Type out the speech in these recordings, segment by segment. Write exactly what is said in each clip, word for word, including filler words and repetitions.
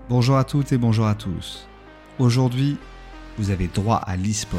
Bonjour à toutes et bonjour à tous. Aujourd'hui, vous avez droit à l'e-sport.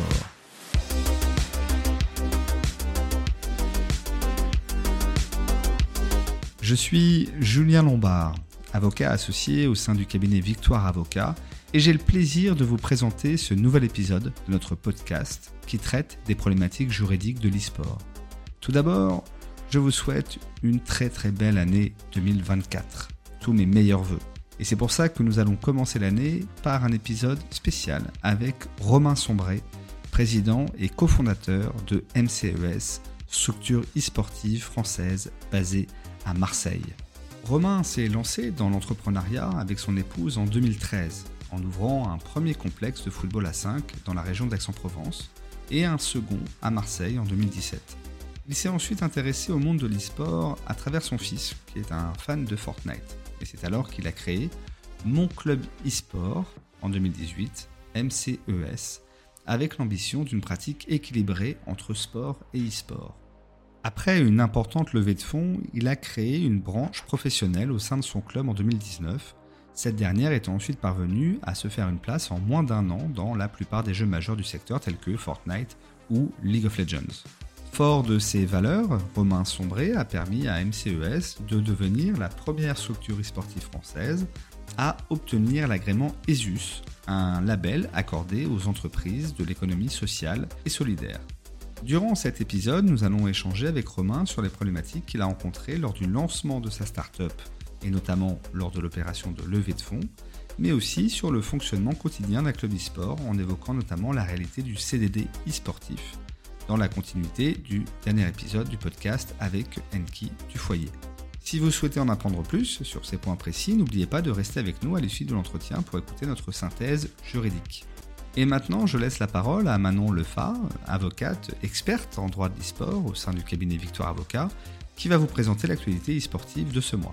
Je suis Julien Lombard, avocat associé au sein du cabinet Victoire Avocats, et j'ai le plaisir de vous présenter ce nouvel épisode de notre podcast qui traite des problématiques juridiques de l'e-sport. Tout d'abord, je vous souhaite une très très belle année deux mille vingt-quatre. Tous mes meilleurs vœux. Et c'est pour ça que nous allons commencer l'année par un épisode spécial avec Romain Sombré, président et cofondateur de M C E S, structure e-sportive française basée à Marseille. Romain s'est lancé dans l'entrepreneuriat avec son épouse en deux mille treize, en ouvrant un premier complexe de football à cinq dans la région d'Aix-en-Provence et un second à Marseille en deux mille dix-sept. Il s'est ensuite intéressé au monde de l'e-sport à travers son fils, qui est un fan de Fortnite. Et c'est alors qu'il a créé Mon Club e-sport en deux mille dix-huit, M C E S, avec l'ambition d'une pratique équilibrée entre sport et e-sport. Après une importante levée de fonds, il a créé une branche professionnelle au sein de son club en deux mille dix-neuf, cette dernière étant ensuite parvenue à se faire une place en moins d'un an dans la plupart des jeux majeurs du secteur tels que Fortnite ou League of Legends. Fort de ses valeurs, Romain Sombré a permis à M C E S de devenir la première structure e-sportive française à obtenir l'agrément E S U S, un label accordé aux entreprises de l'économie sociale et solidaire. Durant cet épisode, nous allons échanger avec Romain sur les problématiques qu'il a rencontrées lors du lancement de sa start-up, et notamment lors de l'opération de levée de fonds, mais aussi sur le fonctionnement quotidien d'un club e-sport en évoquant notamment la réalité du C D D e-sportif, dans la continuité du dernier épisode du podcast avec Enki du Foyer. Si vous souhaitez en apprendre plus sur ces points précis, n'oubliez pas de rester avec nous à l'issue de l'entretien pour écouter notre synthèse juridique. Et maintenant, je laisse la parole à Manon Lefard, avocate experte en droit de l'e-sport au sein du cabinet Victoire Avocats, qui va vous présenter l'actualité e-sportive de ce mois.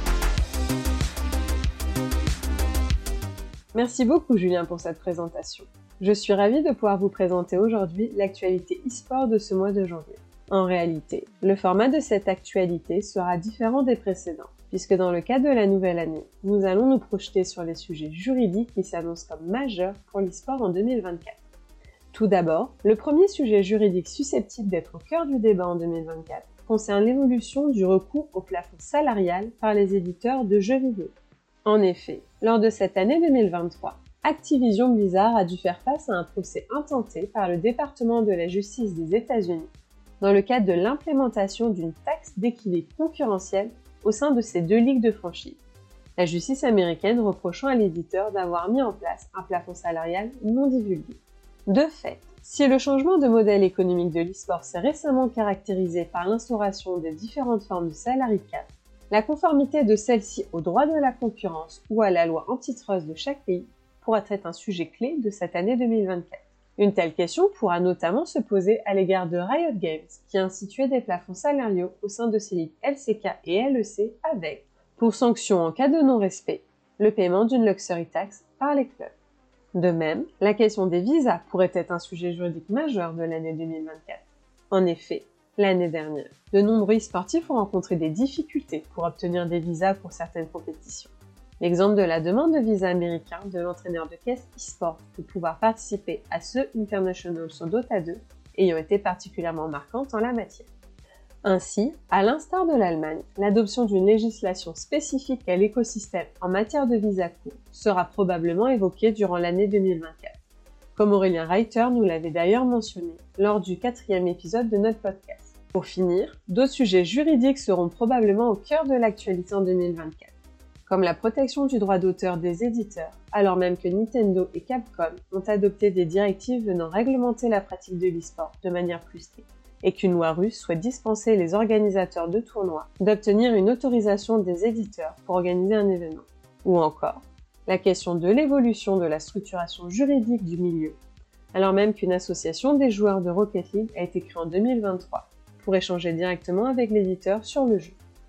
Merci beaucoup Julien pour cette présentation. Je suis ravie de pouvoir vous présenter aujourd'hui l'actualité e-sport de ce mois de janvier. En réalité, le format de cette actualité sera différent des précédents, puisque dans le cadre de la nouvelle année, nous allons nous projeter sur les sujets juridiques qui s'annoncent comme majeurs pour l'e-sport en deux mille vingt-quatre. Tout d'abord, le premier sujet juridique susceptible d'être au cœur du débat en deux mille vingt-quatre concerne l'évolution du recours au plafond salarial par les éditeurs de jeux vidéo. En effet, lors de cette année deux mille vingt-trois, Activision Blizzard a dû faire face à un procès intenté par le département de la justice des États-Unis dans le cadre de l'implémentation d'une taxe d'équilibre concurrentiel au sein de ces deux ligues de franchise. La justice américaine reprochant à l'éditeur d'avoir mis en place un plafond salarial non divulgué. De fait, si le changement de modèle économique de l'e-sport s'est récemment caractérisé par l'instauration des différentes formes de salary cap, la conformité de celle-ci au droit de la concurrence ou à la loi antitrust de chaque pays pourra être un sujet clé de cette année deux mille vingt-quatre. Une telle question pourra notamment se poser à l'égard de Riot Games, qui a institué des plafonds salariaux au sein de ses ligues L C K et L E C avec, pour sanction en cas de non-respect, le paiement d'une luxury tax par les clubs. De même, la question des visas pourrait être un sujet juridique majeur de l'année deux mille vingt-quatre. En effet, l'année dernière, de nombreux e-sportifs ont rencontré des difficultés pour obtenir des visas pour certaines compétitions. L'exemple de la demande de visa américain de l'entraîneur de caisse e-sport pour pouvoir participer à ce International sur Dota deux ayant été particulièrement marquante en la matière. Ainsi, à l'instar de l'Allemagne, l'adoption d'une législation spécifique à l'écosystème en matière de visa court sera probablement évoquée durant l'année deux mille vingt-quatre, comme Aurélien Reiter nous l'avait d'ailleurs mentionné lors du quatrième épisode de notre podcast. Pour finir, d'autres sujets juridiques seront probablement au cœur de l'actualité en deux mille vingt-quatre. Comme la protection du droit d'auteur des éditeurs, alors même que Nintendo et Capcom ont adopté des directives venant réglementer la pratique de l'e-sport de manière plus stricte, et qu'une loi russe souhaite dispenser les organisateurs de tournois d'obtenir une autorisation des éditeurs pour organiser un événement. Ou encore, la question de l'évolution de la structuration juridique du milieu, alors même qu'une association des joueurs de Rocket League a été créée en deux mille vingt-trois pour échanger directement avec l'éditeur sur le jeu.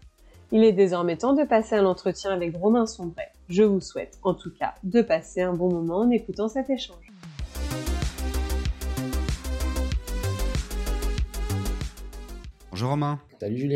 Il est désormais temps de passer à l'entretien avec Romain Sombré. Je vous souhaite, en tout cas, de passer un bon moment en écoutant cet échange. Bonjour Romain. Salut Julien.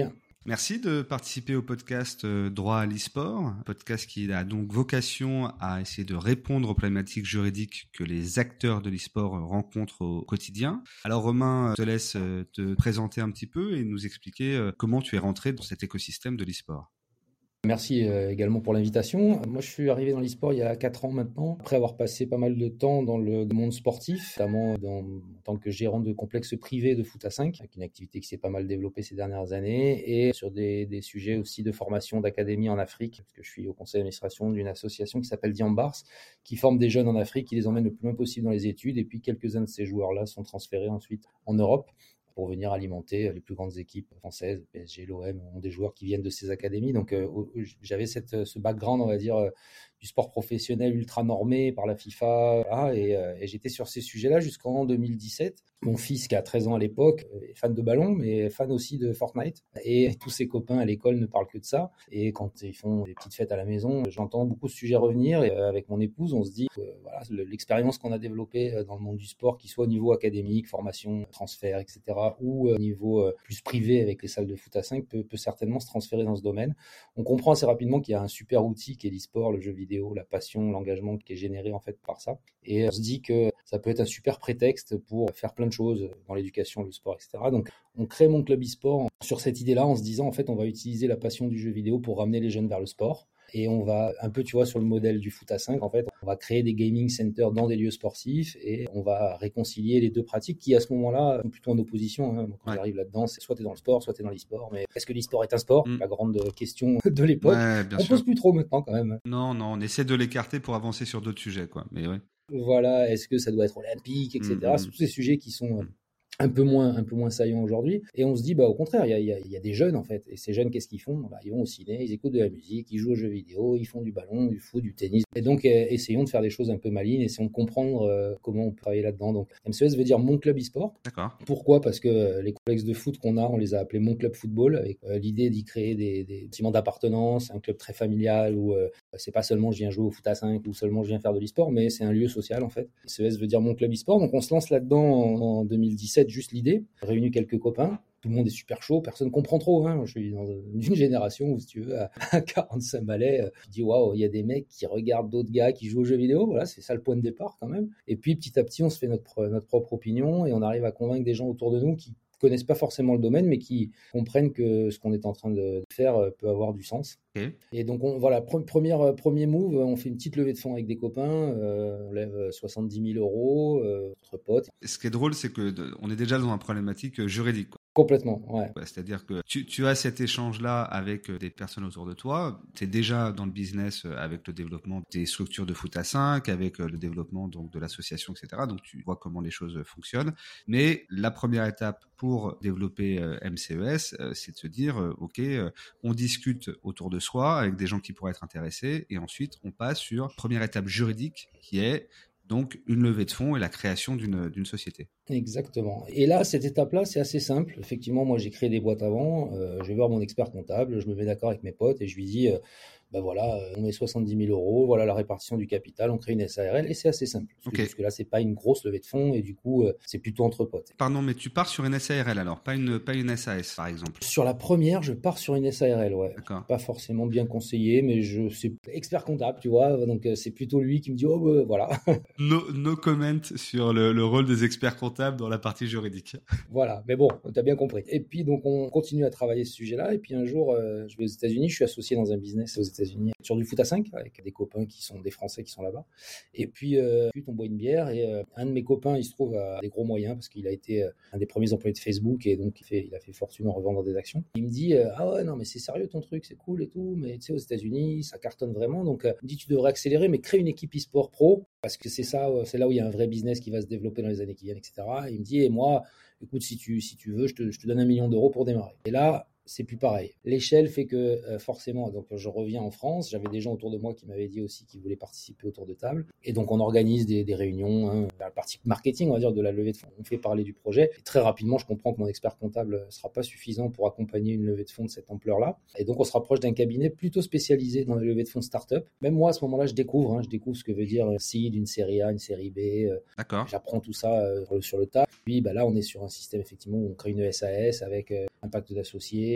Merci de participer au podcast euh, Droit à l'e-sport, podcast qui a donc vocation à essayer de répondre aux problématiques juridiques que les acteurs de l'e-sport rencontrent au quotidien. Alors Romain, je te laisse euh, te présenter un petit peu et nous expliquer euh, comment tu es rentré dans cet écosystème de l'e-sport. Merci euh, également pour l'invitation. Moi, je suis arrivé dans l'e-sport il y a quatre ans maintenant, après avoir passé pas mal de temps dans le monde sportif, notamment dans, en tant que gérant de complexe privé de foot à cinq, avec une activité qui s'est pas mal développée ces dernières années, et sur des, des sujets aussi de formation d'académie en Afrique, parce que je suis au conseil d'administration d'une association qui s'appelle Diambars, qui forme des jeunes en Afrique, qui les emmène le plus loin possible dans les études, et puis quelques-uns de ces joueurs-là sont transférés ensuite en Europe, pour venir alimenter les plus grandes équipes françaises, P S G, l'O M, ont des joueurs qui viennent de ces académies. Donc euh, j'avais cette, ce background, on va dire, euh, du sport professionnel ultra normé par la FIFA, voilà, et, euh, et j'étais sur ces sujets-là jusqu'en deux mille dix-sept. Mon fils, qui a treize ans à l'époque, est fan de ballon, mais fan aussi de Fortnite. Et tous ses copains à l'école ne parlent que de ça. Et quand ils font des petites fêtes à la maison, j'entends beaucoup ce sujet revenir. Et avec mon épouse, on se dit que voilà, l'expérience qu'on a développée dans le monde du sport, qu'il soit au niveau académique, formation, transfert, et cetera, ou au niveau plus privé avec les salles de foot à cinq, peut, peut certainement se transférer dans ce domaine. On comprend assez rapidement qu'il y a un super outil qui est l'e-sport, le jeu vidéo, la passion, l'engagement qui est généré en fait par ça. Et on se dit que ça peut être un super prétexte pour faire plein de choses dans l'éducation, le sport, et cetera. Donc, on crée Mon Club e-sport sur cette idée-là en se disant, en fait, on va utiliser la passion du jeu vidéo pour ramener les jeunes vers le sport. Et on va un peu, tu vois, sur le modèle du foot à cinq, en fait, on va créer des gaming centers dans des lieux sportifs et on va réconcilier les deux pratiques qui, à ce moment-là, sont plutôt en opposition. Hein. Quand ouais. on arrive là-dedans, c'est soit tu es dans le sport, soit tu es dans l'e-sport. Mais est-ce que l'e-sport est un sport? mmh. La grande question de l'époque. Ouais, on ne pose plus trop maintenant, quand même. Non, non, on essaie de l'écarter pour avancer sur d'autres sujets, quoi. Mais ouais. Voilà, est-ce que ça doit être olympique, et cetera. Mmh. C'est tous ces sujets qui sont... un peu moins un peu moins saillant aujourd'hui, et on se dit bah au contraire, il y a, y, a, y a des jeunes en fait, et ces jeunes, qu'est-ce qu'ils font? Bah, ils vont au ciné, ils écoutent de la musique, ils jouent aux jeux vidéo, ils font du ballon, du foot, du tennis, et donc euh, essayons de faire des choses un peu malines, essayons de comprendre euh, comment on peut travailler là-dedans. Donc M C E S veut dire Mon Club e-sport. D'accord. Pourquoi? Parce que euh, les complexes de foot qu'on a, on les a appelés Mon Club Football, avec euh, l'idée d'y créer des, des sentiments d'appartenance, un club très familial où euh, c'est pas seulement je viens jouer au foot à cinq ou seulement je viens faire de l'e-sport, mais c'est un lieu social en fait. M C E S veut dire Mon Club e-sport, donc on se lance là-dedans en, en deux mille dix-sept, juste l'idée. Réuni quelques copains, tout le monde est super chaud, personne comprend trop. Hein. Je suis dans une génération où, si tu veux, à quarante-cinq balais, euh, tu dis waouh, il y a des mecs qui regardent d'autres gars qui jouent aux jeux vidéo. Voilà, c'est ça le point de départ quand même. Et puis petit à petit, on se fait notre notre propre opinion et on arrive à convaincre des gens autour de nous qui connaissent pas forcément le domaine, mais qui comprennent que ce qu'on est en train de faire peut avoir du sens. Okay. Et donc, on, voilà, pre- première, premier move, on fait une petite levée de fonds avec des copains, euh, on lève soixante-dix mille euros, euh, entre potes. Ce qui est drôle, c'est que de, on est déjà dans une problématique juridique, quoi. Complètement, ouais. Ouais, c'est-à-dire que tu, tu as cet échange-là avec des personnes autour de toi. Tu es déjà dans le business avec le développement des structures de foot à cinq, avec le développement donc de l'association, et cetera. Donc tu vois comment les choses fonctionnent. Mais la première étape pour développer M C E S, c'est de se dire, ok, on discute autour de soi avec des gens qui pourraient être intéressés, et ensuite on passe sur la première étape juridique qui est donc une levée de fonds et la création d'une, d'une société. Exactement. Et là, cette étape-là, c'est assez simple. Effectivement, moi, j'ai créé des boîtes avant. Euh, je vais voir mon expert comptable, je me mets d'accord avec mes potes et je lui dis, euh, ben voilà, on met soixante-dix mille euros, voilà la répartition du capital, on crée une S A R L et c'est assez simple. Parce okay. que jusque-là, c'est pas une grosse levée de fonds et du coup, euh, c'est plutôt entre potes. Pardon, mais tu pars sur une S A R L alors, pas une, pas une S A S par exemple? Sur la première, je pars sur une S A R L, ouais. D'accord. Pas forcément bien conseillé, mais je suis expert comptable, tu vois, donc euh, c'est plutôt lui qui me dit, oh ben voilà. no, no comment sur le, le rôle des experts comptables dans la partie juridique. Voilà, mais bon, t'as bien compris. Et puis donc, on continue à travailler ce sujet-là, et puis un jour, euh, je vais aux États-Unis, je suis associé dans un business aux États-Unis sur du foot à cinq avec des copains qui sont des Français qui sont là-bas. Et puis, euh, on boit une bière et euh, un de mes copains, il se trouve à des gros moyens parce qu'il a été euh, un des premiers employés de Facebook et donc il, fait, il a fait fortune en revendant des actions. Il me dit euh, ah ouais non mais c'est sérieux ton truc, c'est cool et tout, mais tu sais aux États-Unis ça cartonne vraiment, donc euh, il me dit tu devrais accélérer, mais crée une équipe e-sport pro parce que c'est ça, c'est là où il y a un vrai business qui va se développer dans les années qui viennent, et cetera. Et il me dit et moi écoute si tu si tu veux je te, je te donne un million d'euros pour démarrer. Et là c'est plus pareil. L'échelle fait que euh, forcément, donc je reviens en France, j'avais des gens autour de moi qui m'avaient dit aussi qu'ils voulaient participer autour de table, et donc on organise des, des réunions, hein, la partie marketing, on va dire, de la levée de fonds. On fait parler du projet, et très rapidement, je comprends que mon expert comptable ne sera pas suffisant pour accompagner une levée de fonds de cette ampleur-là, et donc on se rapproche d'un cabinet plutôt spécialisé dans la levée de fonds start-up. Même moi, à ce moment-là, je découvre, hein, je découvre ce que veut dire seed, une série A, une série B. Euh, D'accord. J'apprends tout ça euh, sur le tas. Puis bah là, on est sur un système effectivement où on crée une S A S avec euh, un pacte d'associés.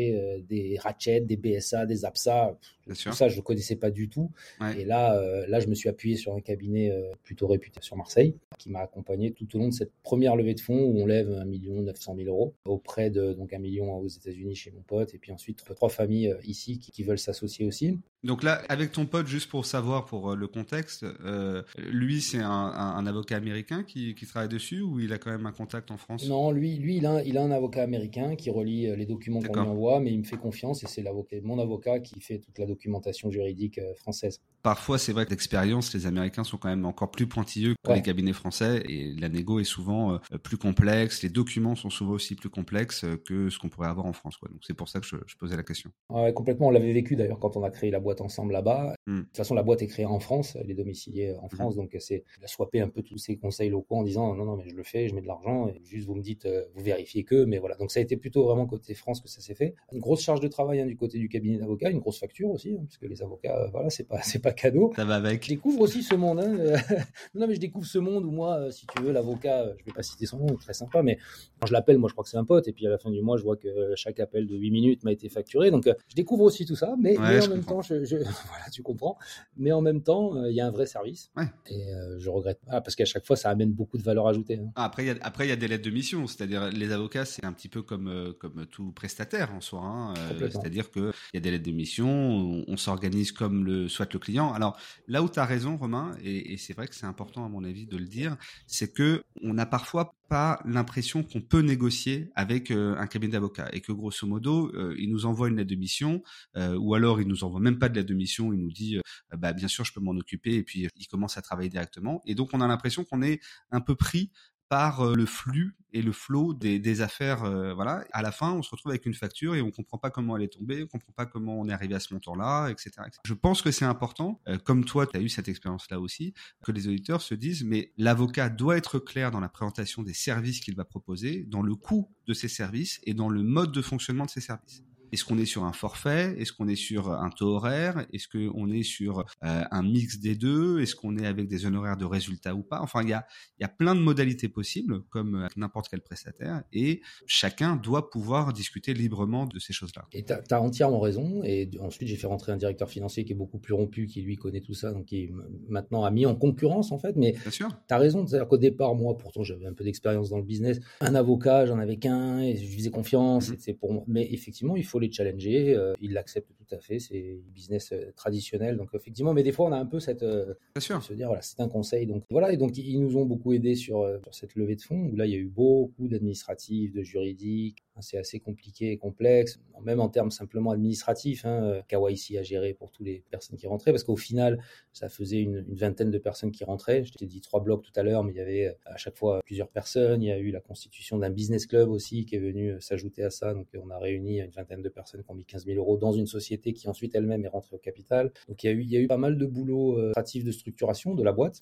chercher euh, des Ratchet, des B S A, des APSA. Bien Tout sûr. ça, je ne connaissais pas du tout. Ouais. Et là, euh, là, je me suis appuyé sur un cabinet euh, plutôt réputé sur Marseille, qui m'a accompagné tout au long de cette première levée de fonds où on lève un million neuf cent mille euros auprès de donc un million aux États-Unis chez mon pote, et puis ensuite trois, trois familles euh, ici qui, qui veulent s'associer aussi. Donc là, avec ton pote, juste pour savoir, pour euh, le contexte, euh, lui, c'est un, un, un avocat américain qui, qui travaille dessus ou il a quand même un contact en France? Non, lui, lui il, a, il a un avocat américain qui relie euh, les documents qu'on lui D'accord. envoie, mais il me fait confiance et c'est l'avocat, mon avocat qui fait toute la documentation juridique euh, française. Parfois, c'est vrai que d'expérience, les Américains sont quand même encore plus pointilleux que Ouais. les cabinets français et la négo est souvent euh, plus complexe. Les documents sont souvent aussi plus complexes euh, que ce qu'on pourrait avoir en France, quoi. Donc c'est pour ça que je, je posais la question. Ouais, complètement, on l'avait vécu d'ailleurs quand on a créé la boîte ensemble là-bas. Mm. De toute façon, la boîte est créée en France, elle est domiciliée en France, mm-hmm. donc c'est de swapper un peu tous ces conseils locaux en disant non, non, mais je le fais, je mets de l'argent, et juste vous me dites, euh, vous vérifiez que, mais voilà. Donc ça a été plutôt vraiment côté France que ça s'est fait. Une grosse charge de travail hein, du côté du cabinet d'avocats, une grosse facture aussi, hein, parce que les avocats, euh, voilà, c'est pas, c'est pas cadeau. Ça va avec. Je découvre aussi ce monde, hein. non, mais je découvre ce monde où moi, euh, si tu veux, l'avocat, euh, je vais pas citer son nom, très sympa, mais quand je l'appelle, moi je crois que c'est un pote, et puis à la fin du mois, je vois que chaque appel de huit minutes m'a été facturé, donc euh, je découvre aussi tout ça, mais, Ouais, mais en je même comprends. temps, je, je, voilà, tu comprends, mais en même temps, il euh, y a un vrai service, ouais. et euh, je regrette pas, parce qu'à chaque fois, ça amène beaucoup de valeur ajoutée. Hein. Ah, après, il y a, après, il y a des lettres de mission, c'est-à-dire les avocats, c'est un petit peu comme, euh, comme tout prestataire en soi, hein, euh, c'est-à-dire qu'il y a des lettres de mission, on, on s'organise comme le souhaite le client. Alors, là où tu as raison, Romain, et, et c'est vrai que c'est important à mon avis de le dire, c'est que on a parfois pas l'impression qu'on peut négocier avec euh, un cabinet d'avocats et que grosso modo, euh, il nous envoie une lettre de mission euh, ou alors il nous envoie même pas de lettre de mission, il nous dit euh, bah bien sûr je peux m'en occuper et puis il commence à travailler directement et donc on a l'impression qu'on est un peu pris par le flux et le flot des, des affaires, euh, voilà. À la fin, on se retrouve avec une facture et on comprend pas comment elle est tombée, on comprend pas comment on est arrivé à ce montant-là, et cetera, et cetera. Je pense que c'est important, euh, comme toi, tu as eu cette expérience-là aussi, que les auditeurs se disent, mais l'avocat doit être clair dans la présentation des services qu'il va proposer, dans le coût de ces services et dans le mode de fonctionnement de ces services. Est-ce qu'on est sur un forfait? Est-ce qu'on est sur un taux horaire? Est-ce qu'on est sur euh, un mix des deux? Est-ce qu'on est avec des honoraires de résultats ou pas? Enfin, il y a, il y a plein de modalités possibles, comme avec n'importe quel prestataire, et chacun doit pouvoir discuter librement de ces choses-là. Et tu as entièrement raison. Et ensuite, j'ai fait rentrer un directeur financier qui est beaucoup plus rompu, qui lui connaît tout ça, donc qui maintenant a mis en concurrence, en fait. Mais tu as raison, c'est-à-dire qu'au départ, moi, pourtant, j'avais un peu d'expérience dans le business. Un avocat, j'en avais qu'un, et je lui faisais confiance, mm-hmm. c'est pour moi. Mais effectivement, il faut les challenger, euh, ils l'acceptent tout à fait, c'est business euh, traditionnel, donc effectivement, mais des fois on a un peu cette, euh, Bien sûr. se dire voilà, c'est un conseil, donc voilà, et donc ils nous ont beaucoup aidés sur, euh, sur cette levée de fonds, où là il y a eu beaucoup d'administratifs, de juridiques, hein, c'est assez compliqué et complexe, même en termes simplement administratifs, hein, K Y C à gérer pour toutes les personnes qui rentraient, parce qu'au final, ça faisait une, une vingtaine de personnes qui rentraient, je t'ai dit trois blocs tout à l'heure, mais il y avait à chaque fois plusieurs personnes, il y a eu la constitution d'un business club aussi qui est venu s'ajouter à ça, donc on a réuni une vingtaine de personnes qui ont mis quinze mille euros dans une société qui ensuite elle-même est rentrée au capital. Donc il y a eu, il y a eu pas mal de boulot euh, de structuration de la boîte.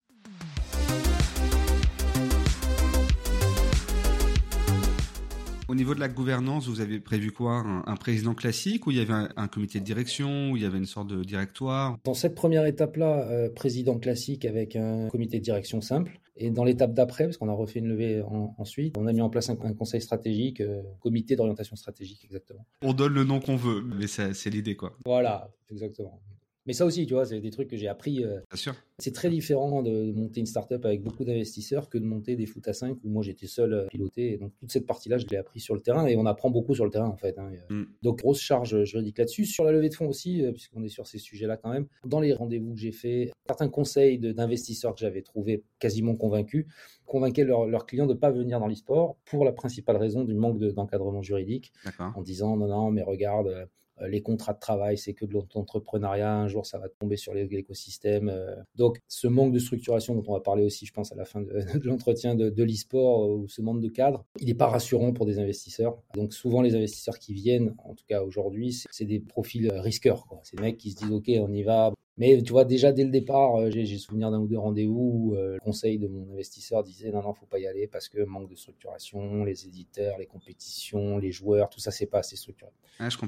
Au niveau de la gouvernance, vous avez prévu quoi? un, un président classique ou il y avait un, un comité de direction, ou il y avait une sorte de directoire? Dans cette première étape-là, euh, président classique avec un comité de direction simple. Et dans l'étape d'après, parce qu'on a refait une levée en, ensuite, on a mis en place un, un conseil stratégique, euh, comité d'orientation stratégique, exactement. On donne le nom qu'on veut, mais ça, c'est l'idée, quoi. Voilà, exactement. Mais ça aussi, tu vois, c'est des trucs que j'ai appris. Euh, Bien sûr. C'est très différent de monter une start-up avec beaucoup d'investisseurs que de monter des foot à cinq où moi j'étais seul à piloter. Et donc toute cette partie-là, je l'ai appris sur le terrain et on apprend beaucoup sur le terrain en fait. Hein. Mm. Donc grosse charge juridique là-dessus. Sur la levée de fonds aussi, puisqu'on est sur ces sujets-là quand même. Dans les rendez-vous que j'ai faits, certains conseils de, d'investisseurs que j'avais trouvés quasiment convaincus, convainquaient leurs leur clients de ne pas venir dans l'e-sport pour la principale raison du manque de, d'encadrement juridique. D'accord. En disant non, non, mais regarde... les contrats de travail, c'est que de l'entrepreneuriat, un jour ça va tomber sur l'écosystème. Donc ce manque de structuration dont on va parler aussi, je pense, à la fin de, de l'entretien de, de l'e-sport, ou ce manque de cadre, il n'est pas rassurant pour des investisseurs. Donc souvent les investisseurs qui viennent, en tout cas aujourd'hui, c'est, c'est des profils risqueurs, quoi. C'est des mecs qui se disent ok, on y va. Mais tu vois, déjà dès le départ, j'ai, j'ai souvenir d'un ou deux rendez-vous où euh, le conseil de mon investisseur disait non, non, faut pas y aller parce que manque de structuration, les éditeurs, les compétitions, les joueurs, tout ça, c'est pas assez structuré. Ouais, je comprends.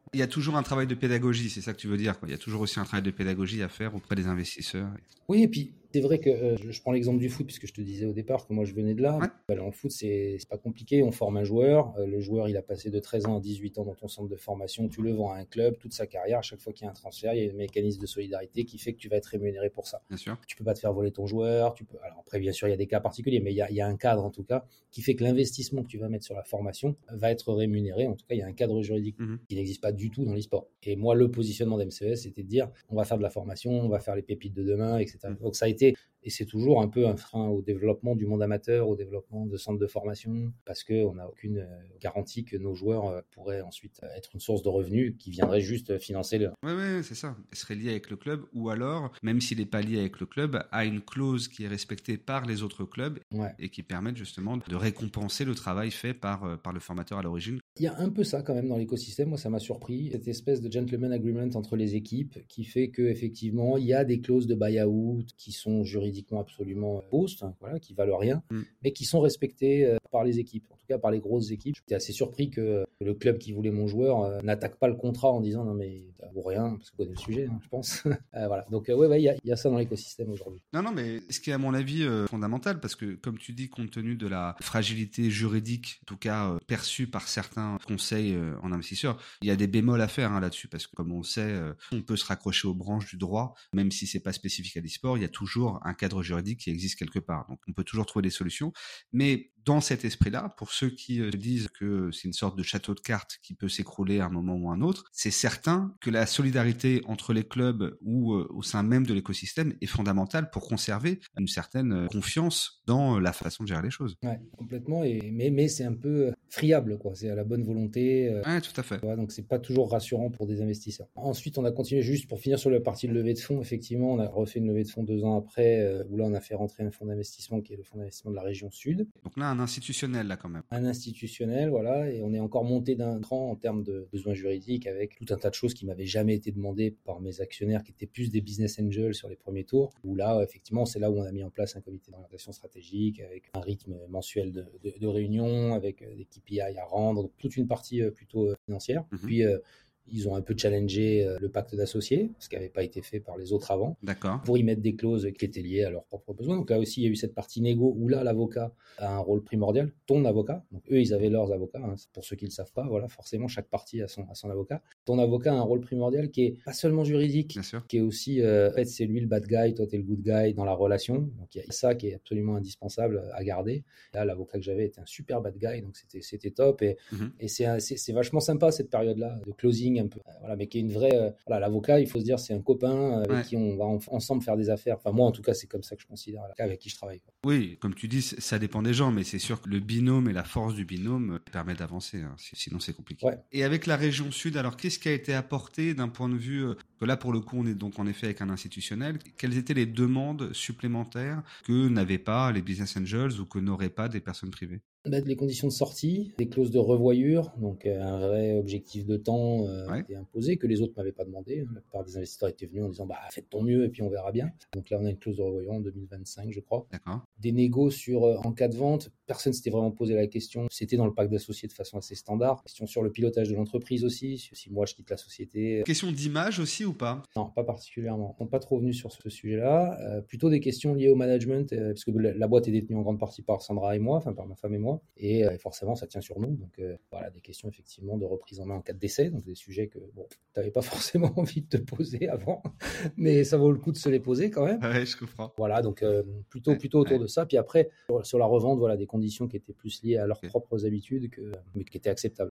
Il y a toujours un travail de pédagogie, c'est ça que tu veux dire, quoi. Il y a toujours aussi un travail de pédagogie à faire auprès des investisseurs. Oui, et puis c'est vrai que euh, je, je prends l'exemple du foot, puisque je te disais au départ que moi je venais de là. Ouais. Bah, dans le foot, c'est c'est pas compliqué. On forme un joueur. Euh, le joueur, il a passé de treize ans à dix-huit ans dans ton centre de formation. Tu le vends à un club toute sa carrière. À chaque fois qu'il y a un transfert, il y a un mécanisme de solidarité qui fait que tu vas être rémunéré pour ça. Bien sûr. Tu peux pas te faire voler ton joueur. Tu peux... Alors après, bien sûr, il y a des cas particuliers, mais il y a, il y a un cadre en tout cas qui fait que l'investissement que tu vas mettre sur la formation va être rémunéré. En tout cas, il y a un cadre juridique Mm-hmm. qui n'existe pas du tout dans l'e-sport. Et moi, le positionnement d'M C E S, c'était de dire on va faire de la formation, on va faire les pépites de demain, et cetera. Mm-hmm. Donc ça a été, et c'est toujours un peu un frein au développement du monde amateur, au développement de centres de formation, parce qu'on n'a aucune garantie que nos joueurs pourraient ensuite être une source de revenus qui viendrait juste financer le... Oui, oui, c'est ça. Il serait lié avec le club, ou alors, même s'il n'est pas lié avec le club, a une clause qui est respectée par les autres clubs ouais. et qui permet justement de récompenser le travail fait par, par le formateur à l'origine. Il y a un peu ça quand même dans l'écosystème, moi ça m'a surpris, cette espèce de gentleman agreement entre les équipes qui fait qu'effectivement il y a des clauses de buy-out qui sont juridiquement absolument fausses, hein, voilà, qui valent rien, mm. mais qui sont respectées euh, par les équipes, en tout cas par les grosses équipes. J'étais assez surpris que euh, le club qui voulait mon joueur euh, n'attaque pas le contrat en disant non mais ça vaut rien, parce que vous connaissez le sujet, hein, je pense. euh, voilà. Donc euh, ouais, ouais, il y a, y a ça dans l'écosystème aujourd'hui. Non, non, mais ce qui est à mon avis euh, fondamental, parce que comme tu dis, compte tenu de la fragilité juridique, en tout cas euh, perçue par certains conseils euh, en investisseurs, il y a des bémols à faire hein, là-dessus, parce que comme on le sait, euh, on peut se raccrocher aux branches du droit, même si c'est pas spécifique à l'e-sport, il y a toujours un cadre juridique qui existe quelque part. Donc on peut toujours trouver des solutions, mais dans cet esprit-là, pour ceux qui euh, disent que c'est une sorte de château de cartes qui peut s'écrouler à un moment ou à un autre, c'est certain que la solidarité entre les clubs ou euh, au sein même de l'écosystème est fondamentale pour conserver une certaine euh, confiance dans la façon de gérer les choses. Ouais, complètement. Et, mais, mais c'est un peu friable, quoi. C'est à la bonne volonté. Euh, ouais, tout à fait. Ouais, donc c'est pas toujours rassurant pour des investisseurs. Ensuite, on a continué juste pour finir sur la partie de levée de fonds. Effectivement, on a refait une levée de fonds deux ans après, euh, où là on a fait rentrer un fonds d'investissement qui est le fonds d'investissement de la région Sud. Donc là, un institutionnel là quand même. Un institutionnel, voilà, et on est encore monté d'un cran en termes de besoins juridiques avec tout un tas de choses qui m'avaient jamais été demandées par mes actionnaires, qui étaient plus des business angels sur les premiers tours. Où là, effectivement, c'est là où on a mis en place un comité d'orientation stratégique avec un rythme mensuel de, de, de réunions, avec des K P I à rendre, donc toute une partie plutôt financière. Mm-hmm. Puis euh, ils ont un peu challengé euh, le pacte d'associés, ce qui n'avait pas été fait par les autres avant, D'accord. pour y mettre des clauses qui étaient liées à leurs propres besoins. Donc là aussi, il y a eu cette partie négo où là, l'avocat a un rôle primordial, ton avocat. Donc eux, ils avaient leurs avocats, hein, pour ceux qui ne le savent pas, voilà, forcément, chaque partie a son, a son avocat. Ton avocat a un rôle primordial qui est pas seulement juridique, Bien sûr. qui est aussi, euh, en fait, c'est lui le bad guy, toi, t'es le good guy dans la relation. Donc il y a ça qui est absolument indispensable à garder. Là, l'avocat que j'avais était un super bad guy, donc c'était, c'était top. Et, mm-hmm. et c'est, c'est, c'est vachement sympa cette période-là de closing un peu, euh, voilà, mais qui est une vraie, euh, voilà, l'avocat, il faut se dire, c'est un copain avec ouais. qui on va en, ensemble faire des affaires. Enfin, moi, en tout cas, c'est comme ça que je considère l'avocat avec qui je travaille, quoi. Oui, comme tu dis, ça dépend des gens, mais c'est sûr que le binôme et la force du binôme permet d'avancer, hein, sinon c'est compliqué. Ouais. Et avec la région Sud, alors qu'est-ce qui a été apporté d'un point de vue, euh, que là pour le coup on est donc en effet avec un institutionnel, quelles étaient les demandes supplémentaires que n'avaient pas les business angels ou que n'auraient pas des personnes privées? Les conditions de sortie, des clauses de revoyure, donc un vrai objectif de temps euh, ouais. était imposé que les autres m'avaient pas demandé. La plupart des investisseurs étaient venus en disant bah faites ton mieux et puis on verra bien. Donc là on a une clause de revoyure en deux mille vingt-cinq je crois. D'accord. Des négos sur euh, en cas de vente, personne s'était vraiment posé la question. C'était dans le pacte d'associés de façon assez standard. Question sur le pilotage de l'entreprise aussi. Si moi je quitte la société. Question d'image aussi ou pas? Non, pas particulièrement. On n'est pas trop venus sur ce sujet-là. Euh, plutôt des questions liées au management, euh, parce que la, la boîte est détenue en grande partie par Sandra et moi, enfin par ma femme et moi. Et euh, forcément, ça tient sur nous. Donc euh, voilà, des questions effectivement de reprise en main en cas de décès. Donc des sujets que bon, tu n'avais pas forcément envie de te poser avant, mais ça vaut le coup de se les poser quand même. Ouais, je comprends. Voilà, donc euh, plutôt, ouais, plutôt autour ouais. de ça. Puis après, sur, sur la revente, voilà, des conditions qui étaient plus liées à leurs okay. propres habitudes, que, mais qui étaient acceptables.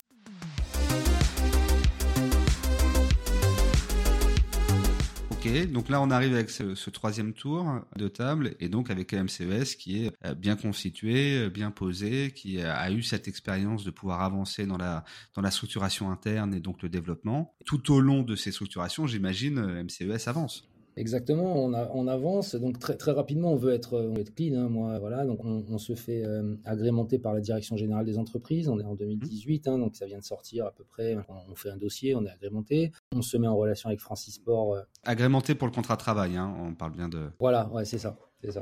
Ok, donc là on arrive avec ce, ce troisième tour de table et donc avec M C E S qui est bien constitué, bien posé, qui a eu cette expérience de pouvoir avancer dans la, dans la structuration interne et donc le développement. Tout au long de ces structurations, j'imagine, M C E S avance. Exactement, on, a, on avance, donc très, très rapidement on veut être, on veut être clean, hein, moi, voilà, donc on, on se fait euh, agrémenter par la Direction Générale des Entreprises, on est en deux mille dix-huit, hein, donc ça vient de sortir à peu près, on, on fait un dossier, on est agrémenté, on se met en relation avec Francisport. Euh... Agrémenté pour le contrat de travail, hein, on parle bien de... Voilà, ouais, c'est ça, c'est ça.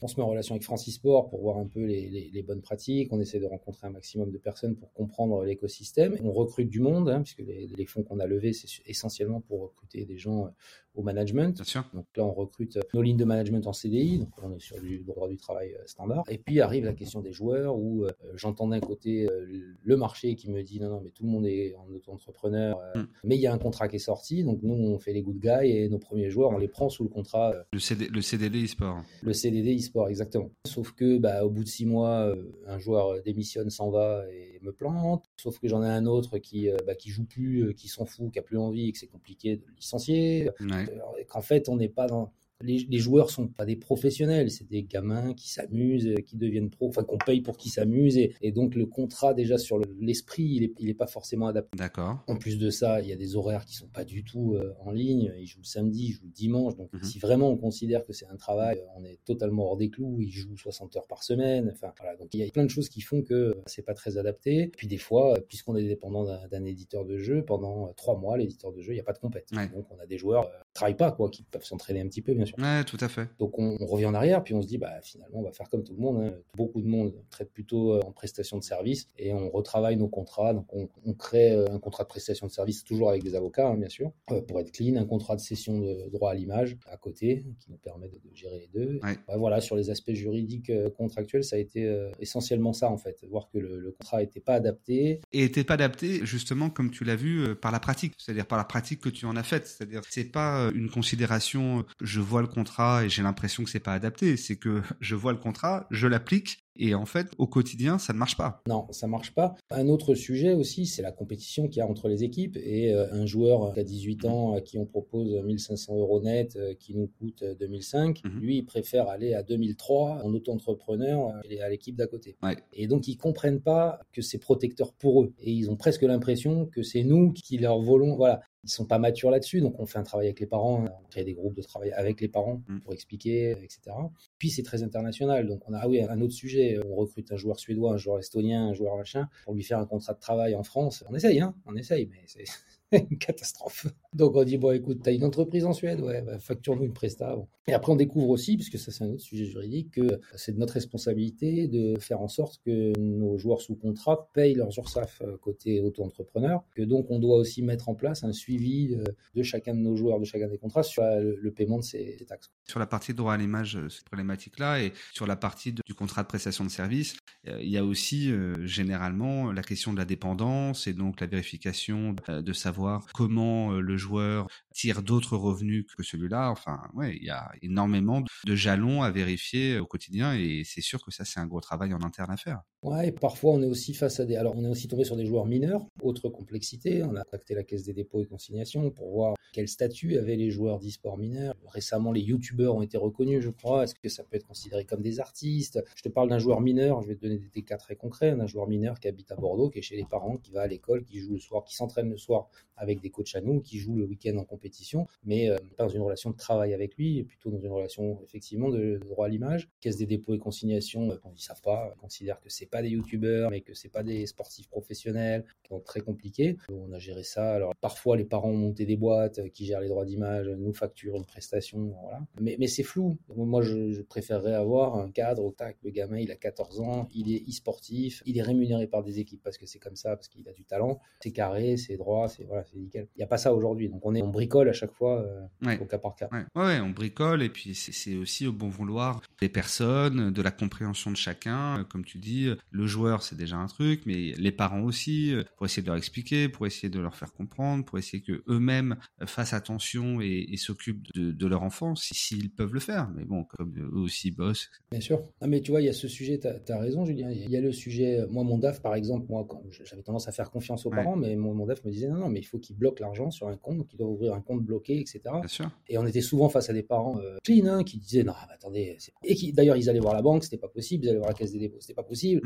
On se met en relation avec Francisport pour voir un peu les, les, les bonnes pratiques. On essaie de rencontrer un maximum de personnes pour comprendre l'écosystème. On recrute du monde, hein, puisque les, les fonds qu'on a levés, c'est essentiellement pour recruter des gens au management. Bien sûr. Donc là, on recrute nos lignes de management en C D I, donc on est sur du droit du travail standard. Et puis arrive la question des joueurs, où euh, j'entends d'un côté euh, le marché qui me dit non, non, mais tout le monde est en auto-entrepreneur, euh, mm. mais il y a un contrat qui est sorti, donc nous, on fait les good guys et nos premiers joueurs, on les prend sous le contrat. Euh, le, C D, le C D D e-sport. Le C D D e-sport, exactement. Sauf que bah, au bout de six mois, euh, un joueur démissionne, s'en va et me plante. Sauf que j'en ai un autre qui euh, bah, qui joue plus, euh, qui s'en fout, qui a plus envie et que c'est compliqué de le licencier. Ouais. Alors, qu'en fait, on n'est pas dans... Les, les joueurs sont pas des professionnels, c'est des gamins qui s'amusent, qui deviennent pros, enfin qu'on paye pour qu'ils s'amusent, et, et donc le contrat déjà sur le, l'esprit, il est, il est pas forcément adapté. D'accord. En plus de ça, il y a des horaires qui sont pas du tout euh, en ligne. Ils jouent le samedi, ils jouent le dimanche, donc mm-hmm. si vraiment on considère que c'est un travail, on est totalement hors des clous. Ils jouent soixante heures par semaine. Enfin voilà, donc il y a plein de choses qui font que c'est pas très adapté. Et puis des fois, puisqu'on est dépendant d'un, d'un éditeur de jeu, pendant trois mois, l'éditeur de jeu, il y a pas de compète. Ouais. Donc on a des joueurs euh, qui travaillent pas, quoi, qui peuvent s'entraîner un petit peu, bien sûr. Ouais, tout à fait. Donc on, on revient en arrière, puis on se dit, bah finalement, on va faire comme tout le monde. Hein. Beaucoup de monde traite plutôt en prestation de service, et on retravaille nos contrats. Donc on, on crée un contrat de prestation de service, toujours avec des avocats, hein, bien sûr, euh, pour être clean, un contrat de cession de droit à l'image à côté, qui nous permet de, de gérer les deux. Ouais. Bah, voilà, sur les aspects juridiques euh, contractuels, ça a été euh, essentiellement ça, en fait, voir que le, le contrat n'était pas adapté. Et n'était pas adapté, justement, comme tu l'as vu, euh, par la pratique, c'est-à-dire par la pratique que tu en as faite. C'est-à-dire, c'est pas une considération, je vois le contrat et j'ai l'impression que c'est pas adapté, c'est que je vois le contrat, je l'applique, et en fait, au quotidien, ça ne marche pas. Non, ça marche pas. Un autre sujet aussi, c'est la compétition qu'il y a entre les équipes, et euh, un joueur qui a dix-huit ans, à qui on propose mille cinq cents euros net, euh, qui nous coûte deux mille cinq, mm-hmm. lui, il préfère aller à deux mille trois en auto-entrepreneur et à l'équipe d'à côté. Ouais. Et donc, ils comprennent pas que c'est protecteur pour eux. Et ils ont presque l'impression que c'est nous qui leur volons, voilà. Ils sont pas matures là-dessus, donc on fait un travail avec les parents, on crée des groupes de travail avec les parents pour expliquer, et cetera. Puis c'est très international, donc on a ah oui, un autre sujet, on recrute un joueur suédois, un joueur estonien, un joueur machin, pour lui faire un contrat de travail en France. On essaye, hein, on essaye, mais c'est une catastrophe. Donc on dit, bon écoute, t'as une entreprise en Suède, ouais, bah, facture-nous une presta. Bon. Et après on découvre aussi, puisque ça c'est un autre sujet juridique, que c'est de notre responsabilité de faire en sorte que nos joueurs sous contrat payent leurs URSSAF côté auto-entrepreneur, que donc on doit aussi mettre en place un suivi de chacun de nos joueurs, de chacun des contrats sur le paiement de ces taxes. Sur la partie de droit à l'image, cette problématique-là, et sur la partie de, du contrat de prestation de service, euh, il y a aussi euh, généralement la question de la dépendance et donc la vérification euh, de savoir comment euh, le joueur tire d'autres revenus que celui-là. Enfin, ouais, il y a énormément de jalons à vérifier au quotidien, et c'est sûr que ça, c'est un gros travail en interne à faire. Ouais, et parfois on est aussi face à des... Alors on est aussi tombé sur des joueurs mineurs, autre complexité. On a contacté la Caisse des dépôts et consignations pour voir quel statut avaient les joueurs d'e-sport mineurs. Récemment, les youtubeurs ont été reconnus, je crois. Est-ce que ça peut être considéré comme des artistes? Je te parle d'un joueur mineur, je vais te donner des cas très concrets. Un joueur mineur qui habite à Bordeaux, qui est chez les parents, qui va à l'école, qui joue le soir, qui s'entraîne le soir avec des coachs à nous, qui joue le week-end en compétition, mais euh, pas dans une relation de travail avec lui, et plutôt dans une relation effectivement de, de droit à l'image. Caisse des dépôts et consignations, euh, ils savent pas, ils considèrent que c'est pas des youtubeurs, mais que c'est pas des sportifs professionnels, donc très compliqué. On a géré ça. Alors parfois les parents ont monté des boîtes euh, qui gèrent les droits d'image, nous facturent une prestation, voilà. Mais, mais c'est flou. Moi je, je préférerais avoir un cadre, tac, le gamin il a quatorze ans, il est e-sportif, il est rémunéré par des équipes parce que c'est comme ça, parce qu'il a du talent, c'est carré, c'est droit, c'est voilà, c'est nickel. Il n'y a pas ça aujourd'hui, donc on est on bricole à chaque fois euh, ouais. au cas par cas. Ouais. ouais, on bricole, et puis c'est, c'est aussi au bon vouloir des personnes, de la compréhension de chacun. Comme tu dis, le joueur c'est déjà un truc, mais les parents aussi, pour essayer de leur expliquer, pour essayer de leur faire comprendre, pour essayer que eux-mêmes fassent attention et, et s'occupent de, de leur enfant, si, s'ils peuvent le faire. Mais bon, comme eux aussi bossent. Bien sûr. Ah, mais tu vois, il y a ce sujet, tu as raison, Julien. Il y a le sujet, moi, mon D A F, par exemple, moi, quand j'avais tendance à faire confiance aux ouais. parents, mais mon, mon D A F me disait non, non, mais il faut qu'ils bloquent l'argent sur un compte, donc ils doivent ouvrir un compte bloqué, et cetera. Bien sûr. Et on était souvent face à des parents euh, clean, hein, qui disaient non, mais attendez, c'est... et qui d'ailleurs ils allaient voir la banque, c'était pas possible, ils allaient voir la Caisse des dépôts, c'était pas possible. Mm.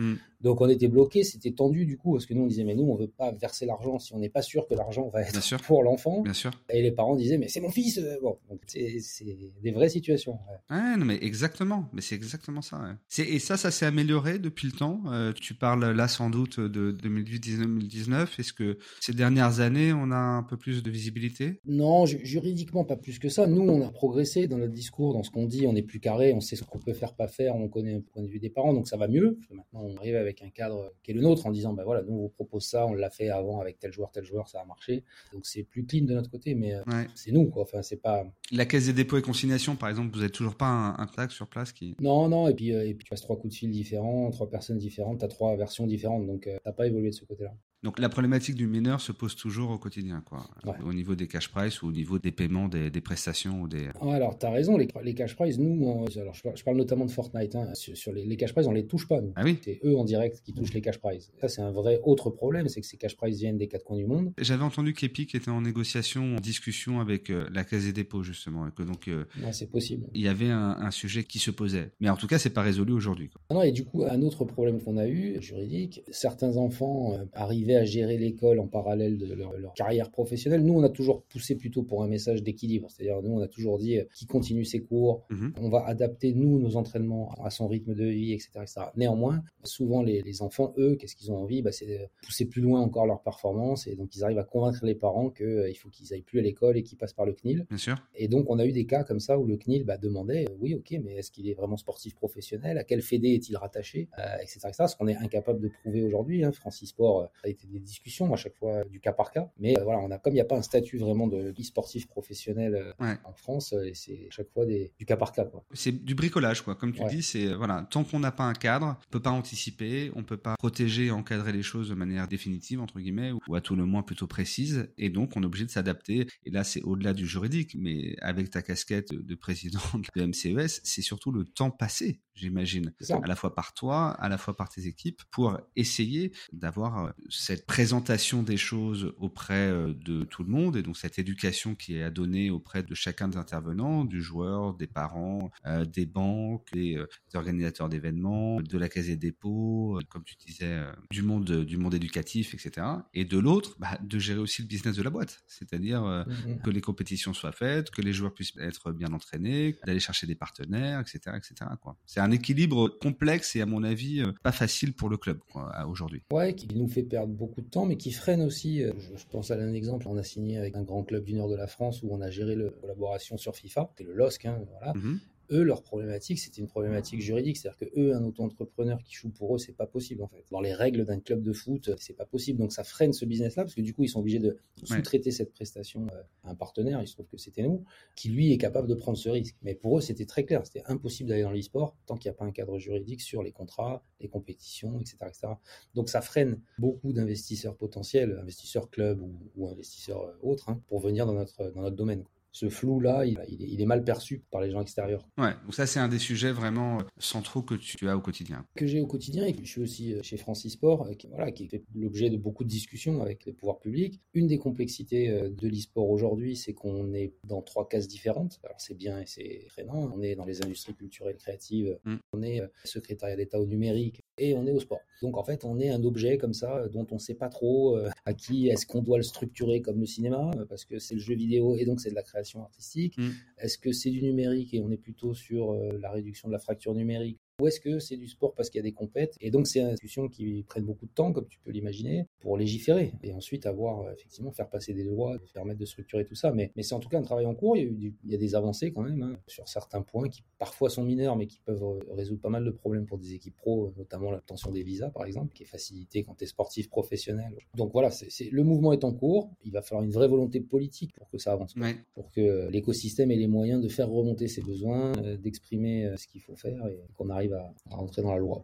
Mmh. Donc on était bloqués, c'était tendu du coup, parce que nous on disait mais nous on veut pas verser l'argent si on n'est pas sûr que l'argent va être pour l'enfant. Bien sûr. Et les parents disaient mais c'est mon fils. Bon, donc c'est, c'est des vraies situations. Ouais. ouais, non mais exactement, mais c'est exactement ça. Ouais. C'est, et ça, ça s'est amélioré depuis le temps. Euh, tu parles là sans doute de deux mille dix-huit deux mille dix-neuf. Est-ce que ces dernières années on a un peu plus de visibilité? Non, ju- juridiquement pas plus que ça. Nous on a progressé dans notre discours, dans ce qu'on dit, on est plus carré, on sait ce qu'on peut faire, pas faire, on connaît le point de vue des parents, donc ça va mieux. Parce que maintenant on arrive avec un cadre qui est le nôtre en disant ben voilà, nous on vous propose ça, on l'a fait avant avec tel joueur, tel joueur, ça a marché. Donc c'est plus clean de notre côté, mais euh, Ouais. c'est nous quoi. Enfin c'est pas. La Caisse des dépôts et consignations, par exemple, vous n'avez toujours pas un, un contact sur place qui. Non, non, et puis, euh, et puis tu passes trois coups de fil différents, trois personnes différentes, tu as trois versions différentes, donc euh, t'as pas évolué de ce côté-là. Donc la problématique du mineur se pose toujours au quotidien, quoi. Ouais. Au niveau des cash price ou au niveau des paiements, des, des prestations ou des. Ouais, alors tu as raison, les, les cash prize, nous, on- alors, je, parle, je parle notamment de Fortnite, hein, sur, sur les, les cash prize, on les touche pas, nous. Ah oui. C'est eux en direct qui touchent les cash prize. Ça, c'est un vrai autre problème, c'est que ces cash prize viennent des quatre coins du monde. J'avais entendu qu'Epic était en négociation, en discussion avec euh, la Caisse des dépôts justement, et que donc euh, Ouais, c'est possible. il y avait un, un sujet qui se posait. Mais en tout cas, c'est pas résolu aujourd'hui, quoi. Ah non, et du coup, un autre problème qu'on a eu, juridique, certains enfants euh, arrivaient à gérer l'école en parallèle de leur, leur carrière professionnelle. Nous, on a toujours poussé plutôt pour un message d'équilibre. C'est-à-dire, nous, on a toujours dit, euh, qui continue ses cours, Mm-hmm. on va adapter, nous, nos entraînements à son rythme de vie, et cetera et cetera. Néanmoins, souvent, les, les enfants, eux, qu'est-ce qu'ils ont envie bah, c'est de pousser plus loin encore leur performance. Et donc, ils arrivent à convaincre les parents qu'il euh, faut qu'ils aillent plus à l'école et qu'ils passent par le C N I L. Bien sûr. Et donc, on a eu des cas comme ça où le C N I L bah, demandait, euh, oui, ok, mais est-ce qu'il est vraiment sportif professionnel? À quelle fédé est-il rattaché, euh, et cetera et cetera. Ce qu'on est incapable de prouver aujourd'hui. Hein. Francis Sport, euh, ça a été des discussions à chaque fois du cas par cas. Mais euh, voilà, on a, comme il n'y a pas un statut vraiment de e-sportif professionnel euh, Ouais. en France, euh, c'est à chaque fois des, du cas par cas, quoi. C'est du bricolage, quoi. Comme tu Ouais. dis, c'est euh, voilà, tant qu'on n'a pas un cadre, on peut pas anticiper, on peut pas protéger et encadrer les choses de manière définitive entre guillemets, ou, ou à tout le moins plutôt précise, et donc on est obligé de s'adapter. Et là, c'est au-delà du juridique, mais avec ta casquette de président de M C E S, c'est surtout le temps passé, j'imagine, C'est ça. à la fois par toi, à la fois par tes équipes, pour essayer d'avoir euh, cette présentation des choses auprès euh, de tout le monde, et donc cette éducation qui est à donner auprès de chacun des intervenants, du joueur, des parents, euh, des banques, des, euh, des organisateurs d'événements, de la Caisse des dépôts, euh, comme tu disais, euh, du monde, du monde éducatif, et cetera. Et de l'autre, bah, de gérer aussi le business de la boîte, c'est-à-dire euh, Mm-hmm. que les compétitions soient faites, que les joueurs puissent être bien entraînés, d'aller chercher des partenaires, et cetera, et cetera, quoi. C'est un équilibre complexe et à mon avis euh, pas facile pour le club, quoi, à- aujourd'hui. Ouais, qui nous fait perdre beaucoup de temps, mais qui freine aussi. euh, Je, je pense à un exemple, on a signé avec un grand club du nord de la France où on a géré la collaboration sur FIFA, c'est le L O S C, hein, voilà. Mhm. Eux, leur problématique, c'était une problématique juridique. C'est-à-dire que eux, un auto-entrepreneur qui joue pour eux, c'est pas possible, en fait. Dans les règles d'un club de foot, c'est pas possible. Donc, ça freine ce business-là, parce que du coup, ils sont obligés de sous-traiter cette prestation euh, à un partenaire. Il se trouve que c'était nous, qui lui est capable de prendre ce risque. Mais pour eux, c'était très clair. C'était impossible d'aller dans l'e-sport tant qu'il n'y a pas un cadre juridique sur les contrats, les compétitions, et cetera, et cetera. Donc, ça freine beaucoup d'investisseurs potentiels, investisseurs clubs ou, ou investisseurs euh, autres, hein, pour venir dans notre, dans notre domaine. Ce flou-là, il, il, est, il est mal perçu par les gens extérieurs. Ouais, donc ça c'est un des sujets vraiment centraux que tu as au quotidien. Que j'ai au quotidien, et puis je suis aussi chez Francis Sport, qui, voilà, qui fait l'objet de beaucoup de discussions avec les pouvoirs publics. Une des complexités de l'e-sport aujourd'hui, c'est qu'on est dans trois cases différentes. Alors c'est bien et c'est freinant. On est dans les industries culturelles créatives, mm. on est secrétariat d'État au numérique, et on est au sport. Donc en fait, on est un objet comme ça dont on ne sait pas trop euh, à qui est-ce qu'on doit le structurer comme le cinéma, parce que c'est le jeu vidéo et donc c'est de la création artistique. Mmh. Est-ce que c'est du numérique et on est plutôt sur euh, la réduction de la fracture numérique? Ou est-ce que c'est du sport parce qu'il y a des compètes? Et donc, c'est une discussion qui prenne beaucoup de temps, comme tu peux l'imaginer, pour légiférer. Et ensuite, avoir, euh, effectivement, faire passer des lois, permettre de structurer tout ça. Mais, mais c'est en tout cas un travail en cours. Il y a, eu du, il y a des avancées quand même, hein, sur certains points qui parfois sont mineurs, mais qui peuvent résoudre pas mal de problèmes pour des équipes pro, notamment l'obtention des visas, par exemple, qui est facilitée quand tu es sportif professionnel. Donc voilà, c'est, c'est, le mouvement est en cours. Il va falloir une vraie volonté politique pour que ça avance, ouais. pour que l'écosystème ait les moyens de faire remonter ses besoins, euh, d'exprimer euh, ce qu'il faut faire et qu'on arrive à, à rentrer dans la loi.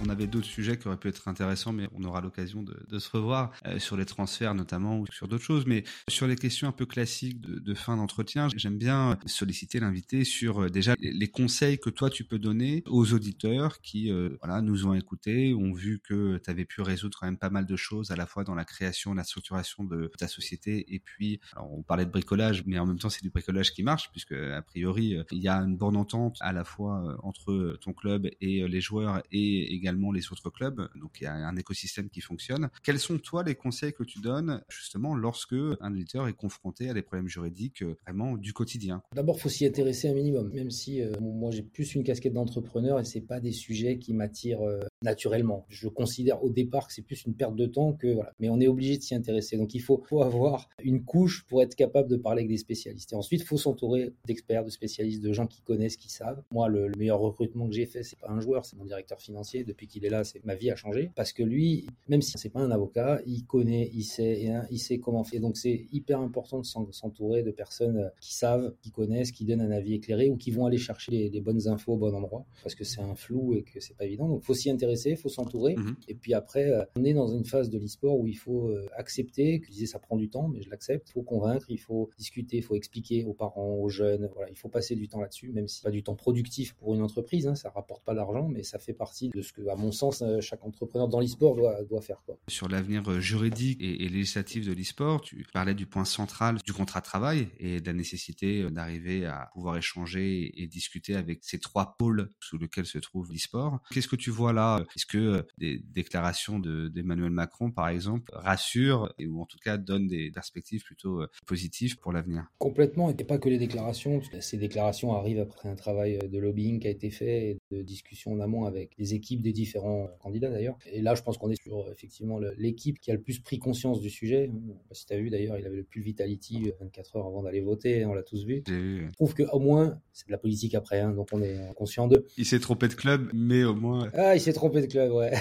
On avait d'autres sujets qui auraient pu être intéressants, mais on aura l'occasion de, de se revoir euh, sur les transferts notamment ou sur d'autres choses. Mais sur les questions un peu classiques de, de fin d'entretien, j'aime bien solliciter l'invité sur euh, déjà les conseils que toi tu peux donner aux auditeurs qui euh, voilà, nous ont écoutés, ont vu que tu avais pu résoudre quand même pas mal de choses à la fois dans la création, la structuration de ta société et puis, alors on parlait de bricolage, mais en même temps c'est du bricolage qui marche puisque a priori il y a une bonne entente à la fois entre ton club et les joueurs et également les autres clubs, donc il y a un écosystème qui fonctionne. Quels sont toi les conseils que tu donnes justement lorsque un éditeur est confronté à des problèmes juridiques vraiment du quotidien? D'abord, il faut s'y intéresser un minimum, même si euh, moi j'ai plus une casquette d'entrepreneur et c'est pas des sujets qui m'attirent euh, naturellement. Je considère au départ que c'est plus une perte de temps que voilà, mais on est obligé de s'y intéresser. Donc il faut, faut avoir une couche pour être capable de parler avec des spécialistes. Et ensuite, il faut s'entourer d'experts, de spécialistes, de gens qui connaissent, qui savent. Moi, le, le meilleur recrutement que j'ai fait, c'est pas un joueur, c'est mon directeur financier. Depuis qu'il est là, c'est ma vie a changé parce que lui, même si c'est pas un avocat, il connaît, il sait, et, hein, il sait comment faire. Donc c'est hyper important de s'entourer de personnes qui savent, qui connaissent, qui donnent un avis éclairé ou qui vont aller chercher les, les bonnes infos au bon endroit parce que c'est un flou et que c'est pas évident. Donc faut s'y intéresser, il faut s'entourer. Mmh. Et puis après, euh, on est dans une phase de l'e-sport où il faut euh, accepter, que je disais ça prend du temps, mais je l'accepte. Il faut convaincre, il faut discuter, il faut expliquer aux parents, aux jeunes. Voilà, il faut passer du temps là-dessus, même si c'est pas du temps productif pour une entreprise, hein, ça rapporte pas d'argent, mais ça fait partie de ce que, à mon sens, chaque entrepreneur dans l'e-sport doit, doit faire, quoi. Sur l'avenir juridique et, et législatif de l'e-sport, tu parlais du point central du contrat de travail et de la nécessité d'arriver à pouvoir échanger et, et discuter avec ces trois pôles sous lesquels se trouve l'e-sport. Qu'est-ce que tu vois là? Est-ce que des déclarations de, d'Emmanuel Macron, par exemple, rassurent et, ou en tout cas donnent des perspectives plutôt positives pour l'avenir? Complètement, et pas que les déclarations. Ces déclarations arrivent après un travail de lobbying qui a été fait et de discussion en amont avec les équipes des différents candidats d'ailleurs. Et là, je pense qu'on est sur effectivement l'équipe qui a le plus pris conscience du sujet. Si tu as vu d'ailleurs, il avait le pull Vitality vingt-quatre heures avant d'aller voter, on l'a tous vu. J'ai vu. Je trouve qu'au moins, c'est de la politique après, hein, donc on est conscient d'eux. Il s'est trompé de club, mais au moins... Ah, il s'est trompé de club, ouais.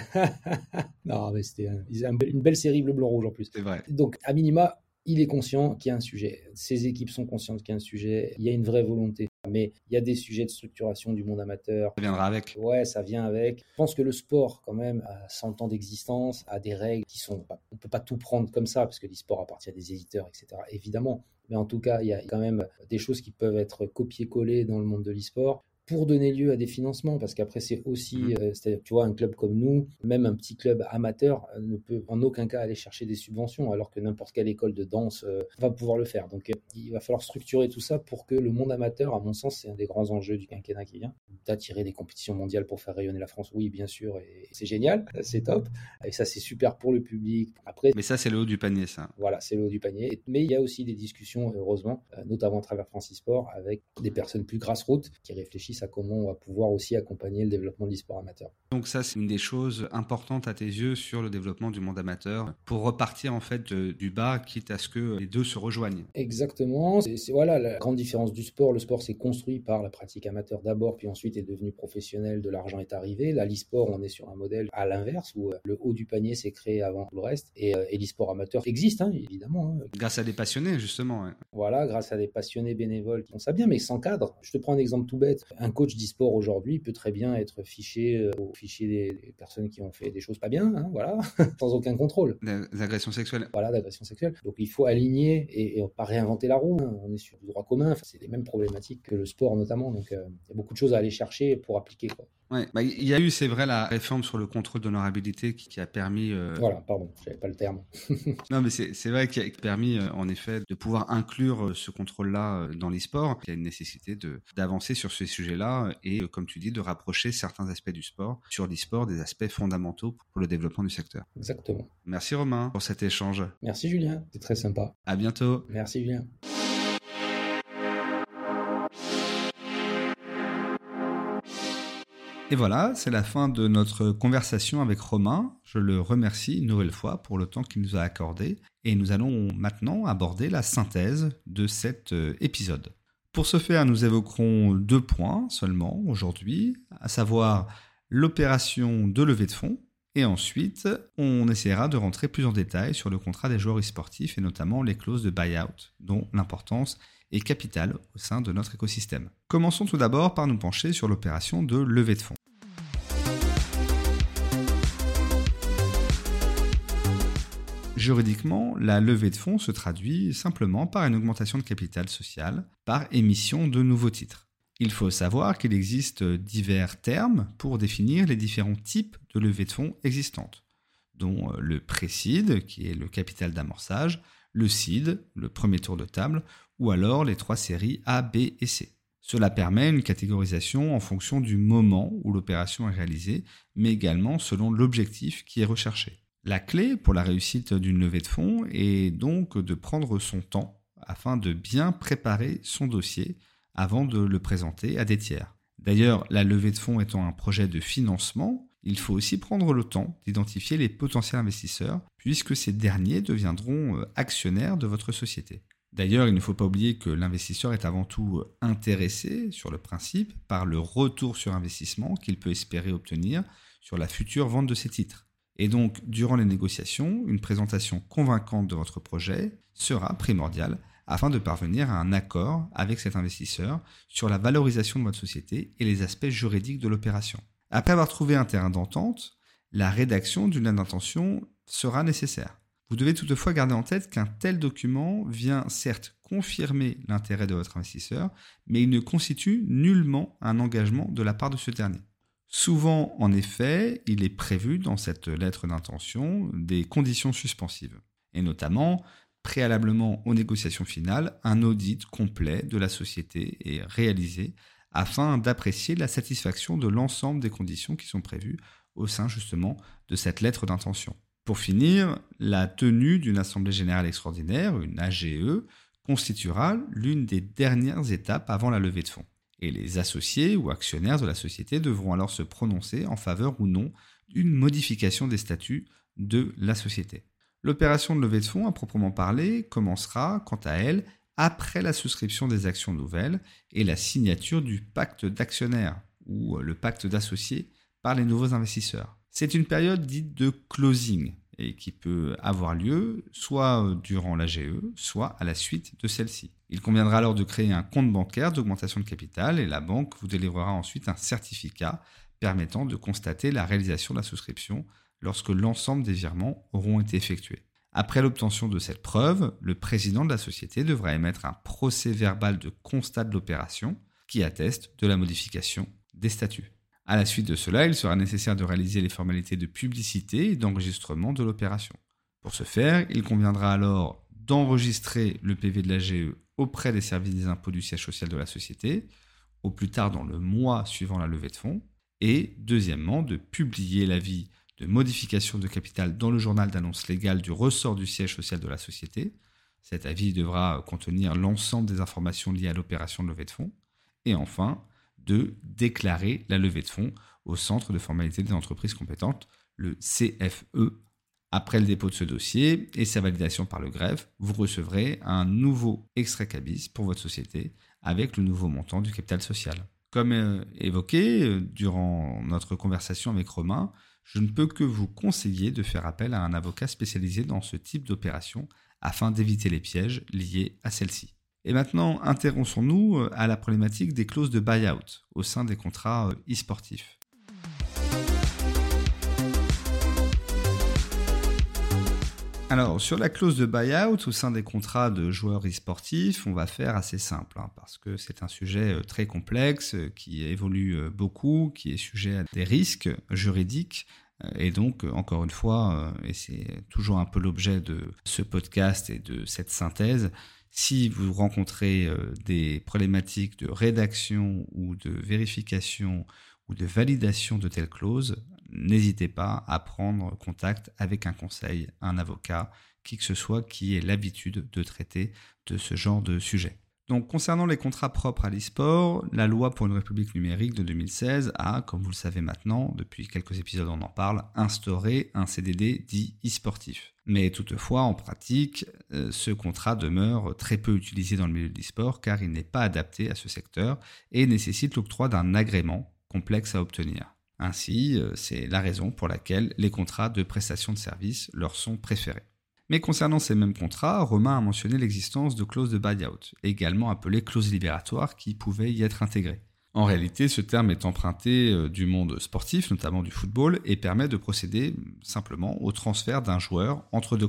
Non, mais c'était un, une belle série bleu-blanc-rouge en plus. C'est vrai. Donc, à minima, il est conscient qu'il y a un sujet. Ses équipes sont conscientes qu'il y a un sujet. Il y a une vraie volonté. Mais il y a des sujets de structuration du monde amateur. Ça viendra avec. Ouais, ça vient avec. Je pense que le sport, quand même, a cent ans d'existence, a des règles qui sont... On ne peut pas tout prendre comme ça, parce que l'e-sport appartient à des éditeurs, et cetera. Évidemment. Mais en tout cas, il y a quand même des choses qui peuvent être copiées-collées dans le monde de l'e-sport pour donner lieu à des financements, parce qu'après c'est aussi, mmh. euh, c'est-à-dire, tu vois, un club comme nous, même un petit club amateur, euh, ne peut en aucun cas aller chercher des subventions, alors que n'importe quelle école de danse euh, va pouvoir le faire. Donc euh, il va falloir structurer tout ça pour que le monde amateur, à mon sens, c'est un des grands enjeux du quinquennat qui vient, d'attirer des compétitions mondiales pour faire rayonner la France. Oui, bien sûr, et c'est génial, c'est top, et ça c'est super pour le public. Après, mais ça c'est le haut du panier, ça. Voilà, c'est le haut du panier. Mais il y a aussi des discussions, heureusement, euh, notamment à travers France eSport, avec des personnes plus grassroots qui réfléchissent à comment on va pouvoir aussi accompagner le développement de l'e-sport amateur. Donc ça, c'est une des choses importantes à tes yeux sur le développement du monde amateur, pour repartir en fait de, du bas, quitte à ce que les deux se rejoignent. Exactement. C'est, c'est voilà la grande différence du sport. Le sport s'est construit par la pratique amateur d'abord, puis ensuite est devenu professionnel, de l'argent est arrivé. Là, l'e-sport, on est sur un modèle à l'inverse, où le haut du panier s'est créé avant tout le reste, et, et l'e-sport amateur existe, hein, évidemment. Hein. Grâce à des passionnés, justement. Ouais. Voilà, grâce à des passionnés bénévoles qui font ça bien, mais sans cadre. Je te prends un exemple tout bête. Un coach d'e-sport aujourd'hui peut très bien être fiché euh, au fichier des, des personnes qui ont fait des choses pas bien, hein, voilà, sans aucun contrôle. Des agressions sexuelles. Voilà, d'agressions sexuelles. Donc il faut aligner et, et pas réinventer la roue. Hein. On est sur du droit commun. Enfin, c'est les mêmes problématiques que le sport notamment. Donc euh, il y a beaucoup de choses à aller chercher pour appliquer, quoi. Ouais, bah, il y a eu, c'est vrai, la réforme sur le contrôle d'honorabilité qui, qui a permis... Euh... Voilà, pardon, j'avais pas le terme. Non, mais c'est, c'est vrai qu'il a permis, euh, en effet, de pouvoir inclure euh, ce contrôle-là euh, dans l'e-sport. Il y a une nécessité de, d'avancer sur ces sujets-là et, euh, comme tu dis, de rapprocher certains aspects du sport sur l'e-sport, des aspects fondamentaux pour le développement du secteur. Exactement. Merci Romain pour cet échange. Merci Julien, c'est très sympa. À bientôt. Merci Julien. Et voilà, c'est la fin de notre conversation avec Romain. Je le remercie une nouvelle fois pour le temps qu'il nous a accordé. Et nous allons maintenant aborder la synthèse de cet épisode. Pour ce faire, nous évoquerons deux points seulement aujourd'hui, à savoir l'opération de levée de fonds. Et ensuite, on essaiera de rentrer plus en détail sur le contrat des joueurs e-sportifs et notamment les clauses de buy-out, dont l'importance est capitale au sein de notre écosystème. Commençons tout d'abord par nous pencher sur l'opération de levée de fonds. Juridiquement, la levée de fonds se traduit simplement par une augmentation de capital social, par émission de nouveaux titres. Il faut savoir qu'il existe divers termes pour définir les différents types de levées de fonds existantes, dont le pré-seed, qui est le capital d'amorçage, le seed, le premier tour de table, ou alors les trois séries A, B et C. Cela permet une catégorisation en fonction du moment où l'opération est réalisée, mais également selon l'objectif qui est recherché. La clé pour la réussite d'une levée de fonds est donc de prendre son temps afin de bien préparer son dossier avant de le présenter à des tiers. D'ailleurs, la levée de fonds étant un projet de financement, il faut aussi prendre le temps d'identifier les potentiels investisseurs puisque ces derniers deviendront actionnaires de votre société. D'ailleurs, il ne faut pas oublier que l'investisseur est avant tout intéressé sur le principe par le retour sur investissement qu'il peut espérer obtenir sur la future vente de ses titres. Et donc, durant les négociations, une présentation convaincante de votre projet sera primordiale afin de parvenir à un accord avec cet investisseur sur la valorisation de votre société et les aspects juridiques de l'opération. Après avoir trouvé un terrain d'entente, la rédaction d'une lettre d'intention sera nécessaire. Vous devez toutefois garder en tête qu'un tel document vient certes confirmer l'intérêt de votre investisseur, mais il ne constitue nullement un engagement de la part de ce dernier. Souvent, en effet, il est prévu dans cette lettre d'intention des conditions suspensives, et notamment, préalablement aux négociations finales, un audit complet de la société est réalisé afin d'apprécier la satisfaction de l'ensemble des conditions qui sont prévues au sein justement de cette lettre d'intention. Pour finir, la tenue d'une assemblée générale extraordinaire, une A G E, constituera l'une des dernières étapes avant la levée de fonds. Et les associés ou actionnaires de la société devront alors se prononcer en faveur ou non d'une modification des statuts de la société. L'opération de levée de fonds, à proprement parler, commencera, quant à elle, après la souscription des actions nouvelles et la signature du pacte d'actionnaires ou le pacte d'associés par les nouveaux investisseurs. C'est une période dite de closing et qui peut avoir lieu soit durant l'A G E, soit à la suite de celle-ci. Il conviendra alors de créer un compte bancaire d'augmentation de capital et la banque vous délivrera ensuite un certificat permettant de constater la réalisation de la souscription lorsque l'ensemble des virements auront été effectués. Après l'obtention de cette preuve, le président de la société devra émettre un procès-verbal de constat de l'opération qui atteste de la modification des statuts. À la suite de cela, il sera nécessaire de réaliser les formalités de publicité et d'enregistrement de l'opération. Pour ce faire, il conviendra alors d'enregistrer le P V de l'A G E auprès des services des impôts du siège social de la société, au plus tard dans le mois suivant la levée de fonds, et deuxièmement, de publier l'avis de modification de capital dans le journal d'annonce légale du ressort du siège social de la société. Cet avis devra contenir l'ensemble des informations liées à l'opération de levée de fonds. Et enfin, de déclarer la levée de fonds au Centre de formalité des entreprises compétentes, le C F E. Après le dépôt de ce dossier et sa validation par le greffe, vous recevrez un nouveau extrait cabis pour votre société avec le nouveau montant du capital social. Comme euh, évoqué euh, durant notre conversation avec Romain, je ne peux que vous conseiller de faire appel à un avocat spécialisé dans ce type d'opération afin d'éviter les pièges liés à celle-ci. Et maintenant, intéressons-nous à la problématique des clauses de buy-out au sein des contrats e-sportifs. Alors, sur la clause de buy-out au sein des contrats de joueurs e-sportifs, on va faire assez simple, hein, parce que c'est un sujet très complexe, qui évolue beaucoup, qui est sujet à des risques juridiques. Et donc, encore une fois, et c'est toujours un peu l'objet de ce podcast et de cette synthèse, si vous rencontrez des problématiques de rédaction ou de vérification ou de validation de telles clauses, n'hésitez pas à prendre contact avec un conseil, un avocat, qui que ce soit qui ait l'habitude de traiter de ce genre de sujet. Donc, concernant les contrats propres à l'e-sport, la loi pour une république numérique de deux mille seize a, comme vous le savez maintenant, depuis quelques épisodes on en parle, instauré un C D D dit e-sportif. Mais toutefois, en pratique, ce contrat demeure très peu utilisé dans le milieu de l'e-sport car il n'est pas adapté à ce secteur et nécessite l'octroi d'un agrément complexe à obtenir. Ainsi, c'est la raison pour laquelle les contrats de prestation de services leur sont préférés. Mais concernant ces mêmes contrats, Romain a mentionné l'existence de clauses de buy-out, également appelées clauses libératoires qui pouvaient y être intégrées. En réalité, ce terme est emprunté du monde sportif, notamment du football, et permet de procéder simplement au transfert d'un joueur entre deux clubs.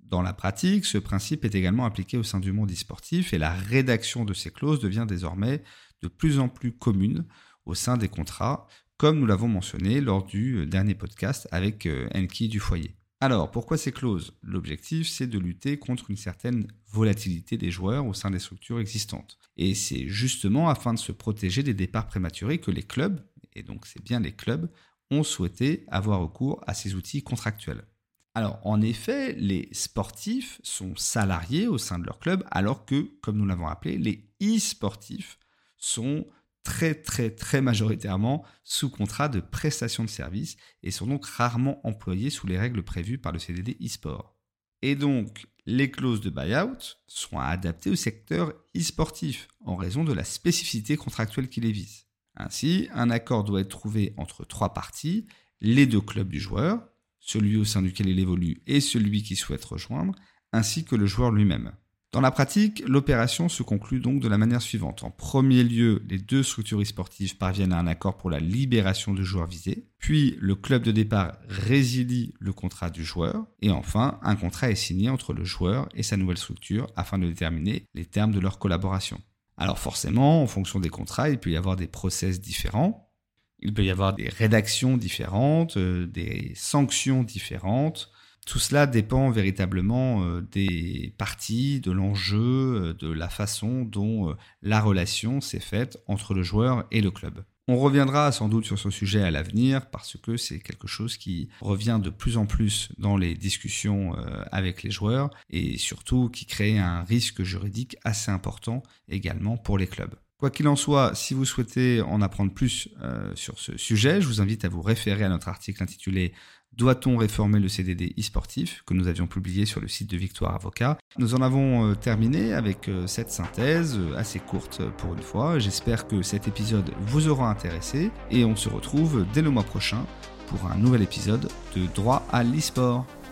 Dans la pratique, ce principe est également appliqué au sein du monde e-sportif et la rédaction de ces clauses devient désormais de plus en plus commune au sein des contrats, comme nous l'avons mentionné lors du dernier podcast avec Enki du foyer. Alors, pourquoi ces clauses ? L'objectif, c'est de lutter contre une certaine volatilité des joueurs au sein des structures existantes. Et c'est justement afin de se protéger des départs prématurés que les clubs, et donc c'est bien les clubs, ont souhaité avoir recours à ces outils contractuels. Alors, en effet, les sportifs sont salariés au sein de leur club, alors que, comme nous l'avons appelé, les e-sportifs sont très, très, très majoritairement sous contrat de prestation de services et sont donc rarement employés sous les règles prévues par le C D D e-sport. Et donc, les clauses de buy-out sont adaptées au secteur e-sportif en raison de la spécificité contractuelle qui les vise. Ainsi, un accord doit être trouvé entre trois parties, les deux clubs du joueur, celui au sein duquel il évolue et celui qui souhaite rejoindre, ainsi que le joueur lui-même. Dans la pratique, l'opération se conclut donc de la manière suivante. En premier lieu, les deux structures e-sportives parviennent à un accord pour la libération du joueur visé, puis le club de départ résilie le contrat du joueur, et enfin, un contrat est signé entre le joueur et sa nouvelle structure afin de déterminer les termes de leur collaboration. Alors forcément, en fonction des contrats, il peut y avoir des process différents. Il peut y avoir des rédactions différentes, euh, des sanctions différentes. Tout cela dépend véritablement euh, des parties, de l'enjeu, euh, de la façon dont euh, la relation s'est faite entre le joueur et le club. On reviendra sans doute sur ce sujet à l'avenir parce que c'est quelque chose qui revient de plus en plus dans les discussions euh, avec les joueurs et surtout qui crée un risque juridique assez important également pour les clubs. Quoi qu'il en soit, si vous souhaitez en apprendre plus euh, sur ce sujet, je vous invite à vous référer à notre article intitulé « Doit-on réformer le C D D e-sportif » que nous avions publié sur le site de Victoire Avocat. Nous en avons euh, terminé avec euh, cette synthèse euh, assez courte pour une fois. J'espère que cet épisode vous aura intéressé et on se retrouve dès le mois prochain pour un nouvel épisode de Droit à l'e-sport.